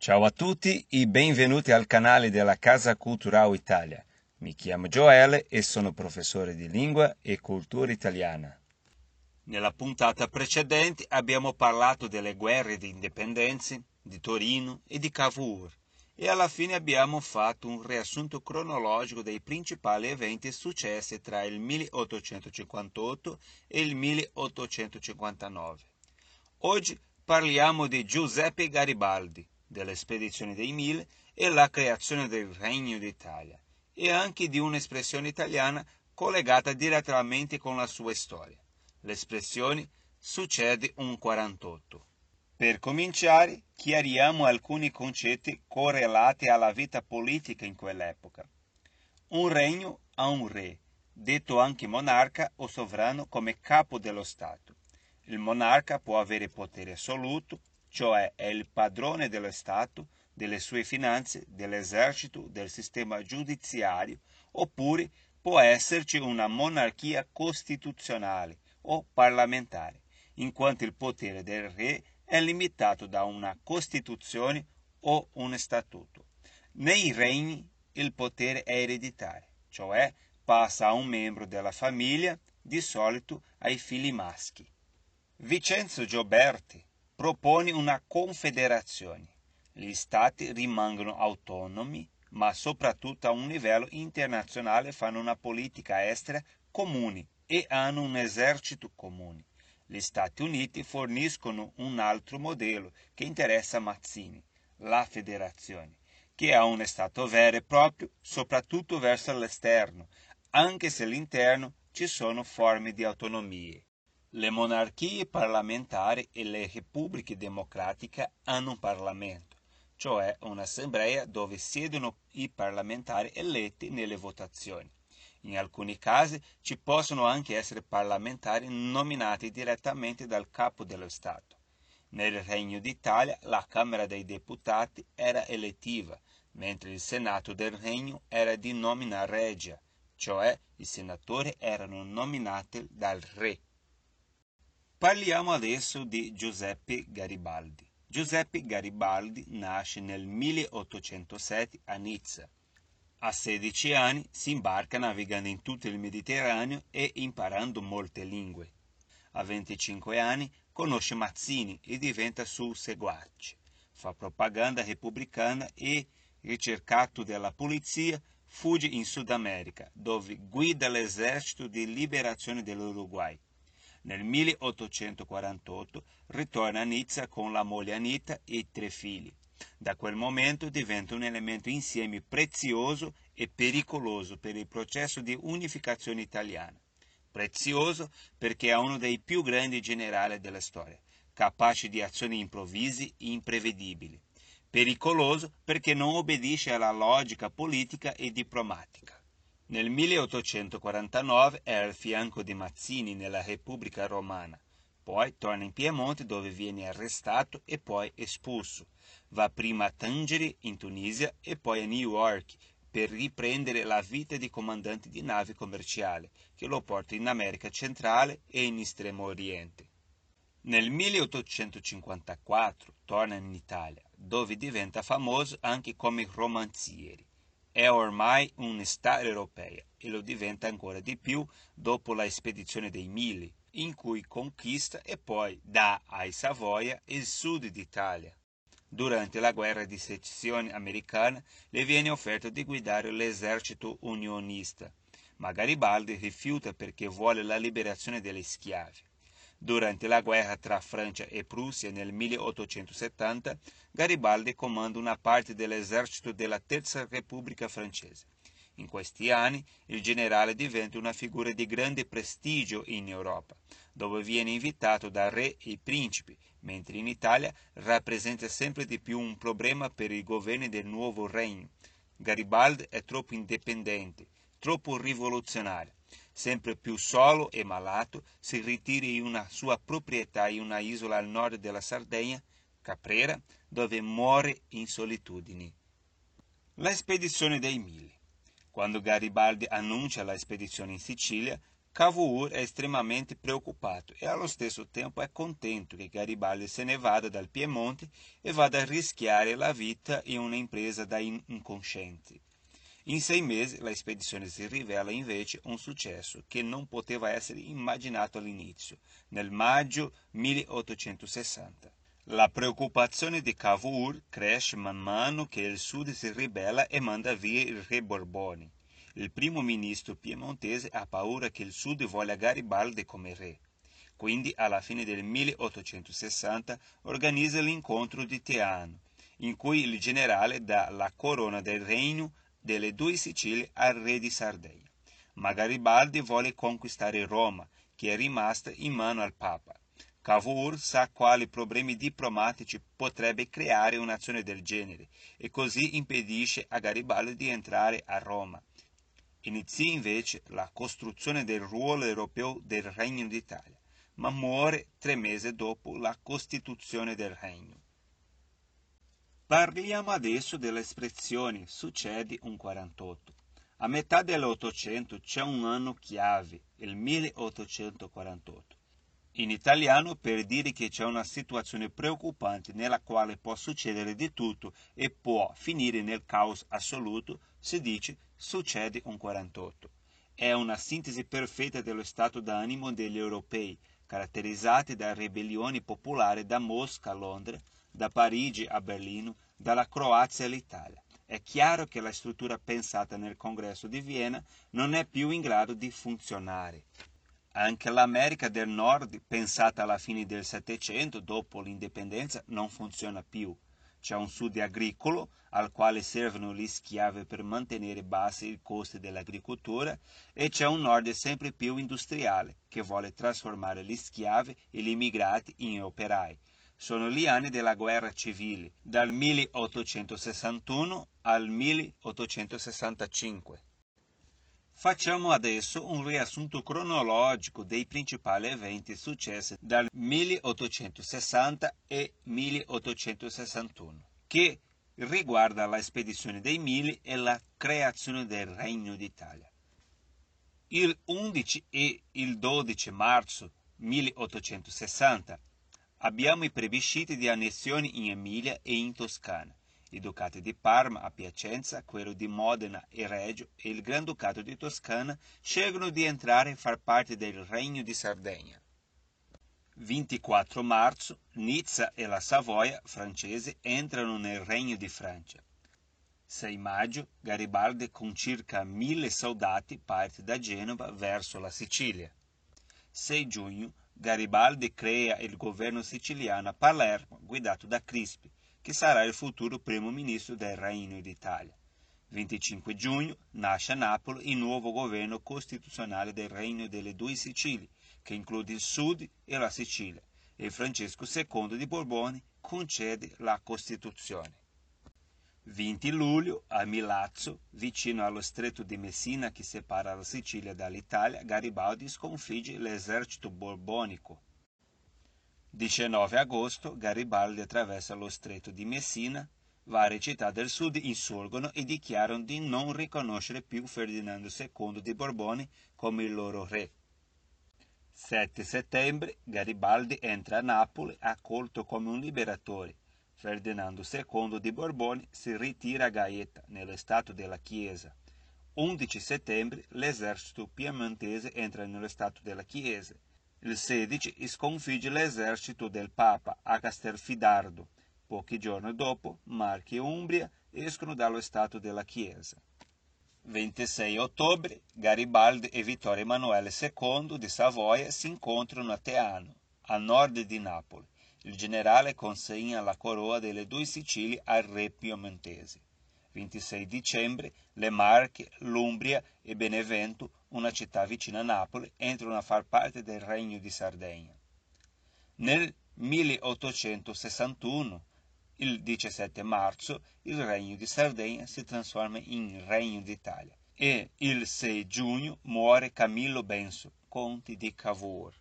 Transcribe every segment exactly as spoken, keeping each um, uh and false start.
Ciao a tutti e benvenuti al canale della Casa Cultural Italia. Mi chiamo Joele e sono professore di lingua e cultura italiana. Nella puntata precedente abbiamo parlato delle guerre di indipendenza, di Torino e di Cavour e alla fine abbiamo fatto un riassunto cronologico dei principali eventi successi tra il milleottocentocinquantotto e il milleottocentocinquantanove. Oggi parliamo di Giuseppe Garibaldi, delle spedizioni dei Mille e la creazione del Regno d'Italia, e anche di un'espressione italiana collegata direttamente con la sua storia. L'espressione succede un quarantotto. Per cominciare, chiariamo alcuni concetti correlati alla vita politica in quell'epoca. Un regno ha un re, detto anche monarca o sovrano come capo dello Stato. Il monarca può avere potere assoluto, cioè è il padrone dello Stato, delle sue finanze, dell'esercito, del sistema giudiziario, oppure può esserci una monarchia costituzionale o parlamentare, in quanto il potere del re è limitato da una Costituzione o un statuto. Nei regni il potere è ereditario, cioè passa a un membro della famiglia, di solito ai figli maschi. Vincenzo Gioberti propone una confederazione. Gli stati rimangono autonomi, ma soprattutto a un livello internazionale fanno una politica estera comune e hanno un esercito comune. Gli Stati Uniti forniscono un altro modello che interessa Mazzini, la federazione, che ha un Stato vero e proprio, soprattutto verso l'esterno, anche se all'interno ci sono forme di autonomie. Le monarchie parlamentari e le repubbliche democratiche hanno un Parlamento, cioè un'assemblea dove siedono i parlamentari eletti nelle votazioni. In alcuni casi ci possono anche essere parlamentari nominati direttamente dal capo dello Stato. Nel Regno d'Italia la Camera dei Deputati era elettiva, mentre il Senato del Regno era di nomina regia, cioè i senatori erano nominati dal re. Parliamo adesso di Giuseppe Garibaldi. Giuseppe Garibaldi nasce nel milleottocentosette a Nizza. A sedici anni si imbarca navigando in tutto il Mediterraneo e imparando molte lingue. A venticinque anni conosce Mazzini e diventa suo seguace. Fa propaganda repubblicana e, ricercato dalla polizia, fugge in Sud America, dove guida l'esercito di liberazione dell'Uruguay. Nel milleottocentoquarantotto ritorna a Nizza con la moglie Anita e tre figli. Da quel momento diventa un elemento insieme prezioso e pericoloso per il processo di unificazione italiana. Prezioso perché è uno dei più grandi generali della storia, capace di azioni improvvise e imprevedibili. Pericoloso perché non obbedisce alla logica politica e diplomatica. Nel milleottocentoquarantanove è al fianco di Mazzini nella Repubblica Romana, poi torna in Piemonte dove viene arrestato e poi espulso. Va prima a Tangeri in Tunisia e poi a New York per riprendere la vita di comandante di navi commerciali che lo porta in America centrale e in Estremo Oriente. Nel milleottocentocinquantaquattro torna in Italia, dove diventa famoso anche come romanziere. È ormai un star europeo e lo diventa ancora di più dopo la spedizione dei Mille, in cui conquista e poi dà ai Savoia il sud d'Italia. Durante la guerra di secessione americana le viene offerto di guidare l'esercito unionista, ma Garibaldi rifiuta perché vuole la liberazione degli schiavi. Durante la guerra tra Francia e Prussia nel milleottocentosettanta, Garibaldi comanda una parte dell'esercito della Terza Repubblica francese. In questi anni il generale diventa una figura di grande prestigio in Europa, dove viene invitato da re e principi, mentre in Italia rappresenta sempre di più un problema per i governi del nuovo regno. Garibaldi è troppo indipendente, troppo rivoluzionario. Sempre più solo e malato, si ritira in una sua proprietà in una isola al nord della Sardegna, Caprera, dove muore in solitudine. La spedizione dei Mille. Quando Garibaldi annuncia la spedizione in Sicilia, Cavour è estremamente preoccupato e allo stesso tempo è contento che Garibaldi se ne vada dal Piemonte e vada a rischiare la vita in una impresa da incoscienti. In sei mesi la spedizione si rivela invece un successo che non poteva essere immaginato all'inizio, nel maggio milleottocentosessanta. La preoccupazione di Cavour cresce man mano che il Sud si ribella e manda via il re Borbone. Il primo ministro piemontese ha paura che il Sud voglia Garibaldi come re. Quindi, alla fine del milleottocentosessanta, organizza l'incontro di Teano, in cui il generale dà la corona del regno delle due Sicilie al re di Sardegna. Ma Garibaldi vuole conquistare Roma, che è rimasta in mano al Papa. Cavour sa quali problemi diplomatici potrebbe creare un'azione del genere e così impedisce a Garibaldi di entrare a Roma. Inizia invece la costruzione del ruolo europeo del Regno d'Italia, ma muore tre mesi dopo la costituzione del Regno. Parliamo adesso dell'espressione succede un quarantotto. A metà dell'Ottocento c'è un anno chiave, il milleottocentoquarantotto. In italiano per dire che c'è una situazione preoccupante nella quale può succedere di tutto e può finire nel caos assoluto, si dice succede un quarantotto. È una sintesi perfetta dello stato d'animo degli europei, caratterizzati da ribellioni popolari da Mosca a Londra, da Parigi a Berlino, dalla Croazia all'Italia. È chiaro che la struttura pensata nel Congresso di Vienna non è più in grado di funzionare. Anche l'America del Nord, pensata alla fine del Settecento, dopo l'indipendenza, non funziona più. C'è un sud agricolo, al quale servono gli schiavi per mantenere bassi i costi dell'agricoltura, e c'è un nord sempre più industriale, che vuole trasformare gli schiavi e gli immigrati in operai. Sono gli anni della guerra civile, dal milleottocentosessantuno al milleottocentosessantacinque. Facciamo adesso un riassunto cronologico dei principali eventi successi dal milleottocentosessanta e milleottocentosessantuno, che riguarda la spedizione dei Mille e la creazione del Regno d'Italia. Il undici e il dodici marzo milleottocentosessanta abbiamo i plebisciti di annessione in Emilia e in Toscana. I ducati di Parma a Piacenza, quello di Modena e Reggio e il Granducato di Toscana scelgono di entrare a far parte del Regno di Sardegna. ventiquattro marzo, Nizza e la Savoia francese entrano nel Regno di Francia. sei maggio, Garibaldi con circa mille soldati parte da Genova verso la Sicilia. sei giugno, Garibaldi crea il governo siciliano a Palermo guidato da Crispi, che sarà il futuro primo ministro del Regno d'Italia. venticinque giugno nasce a Napoli il nuovo governo costituzionale del Regno delle Due Sicilie, che include il Sud e la Sicilia, e Francesco secondo di Borbone concede la Costituzione. venti luglio, a Milazzo, vicino allo stretto di Messina che separa la Sicilia dall'Italia, Garibaldi sconfigge l'esercito borbonico. diciannove agosto, Garibaldi attraversa lo stretto di Messina, varie città del sud insorgono e dichiarano di non riconoscere più Ferdinando secondo di Borbone come il loro re. sette settembre, Garibaldi entra a Napoli accolto come un liberatore. Ferdinando secondo di Borbone si ritira a Gaeta, nello stato della Chiesa. undici settembre, l'esercito piemontese entra nello stato della Chiesa. Il sedici sconfigge l'esercito del Papa a Castelfidardo. Pochi giorni dopo, Marche e Umbria escono dallo stato della Chiesa. ventisei ottobre, Garibaldi e Vittorio Emanuele secondo di Savoia si incontrano a Teano, a nord di Napoli. Il generale consegna la coroa delle due Sicilie al re piemontese. ventisei dicembre, le Marche, l'Umbria e Benevento, una città vicina a Napoli, entrano a far parte del Regno di Sardegna. Nel milleottocentosessantuno, il diciassette marzo, il Regno di Sardegna si trasforma in Regno d'Italia e il sei giugno muore Camillo Benso, conte di Cavour.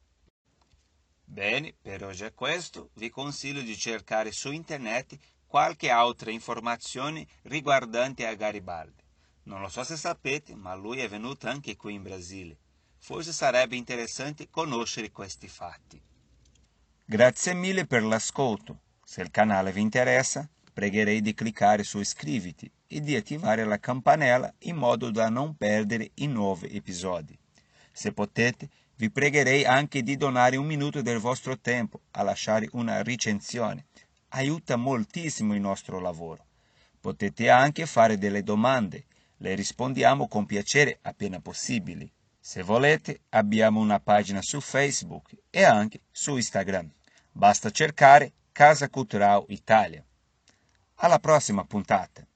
Bene, per oggi è questo. Vi consiglio di cercare su internet qualche altra informazione riguardante a Garibaldi. Non lo so se sapete, ma lui è venuto anche qui in Brasile. Forse sarebbe interessante conoscere questi fatti. Grazie mille per l'ascolto. Se il canale vi interessa, pregherei di cliccare su iscriviti e di attivare la campanella in modo da non perdere i nuovi episodi. Se potete, vi pregherei anche di donare un minuto del vostro tempo a lasciare una recensione. Aiuta moltissimo il nostro lavoro. Potete anche fare delle domande, le rispondiamo con piacere appena possibile. Se volete, abbiamo una pagina su Facebook e anche su Instagram. Basta cercare Casa Cultural Italia. Alla prossima puntata!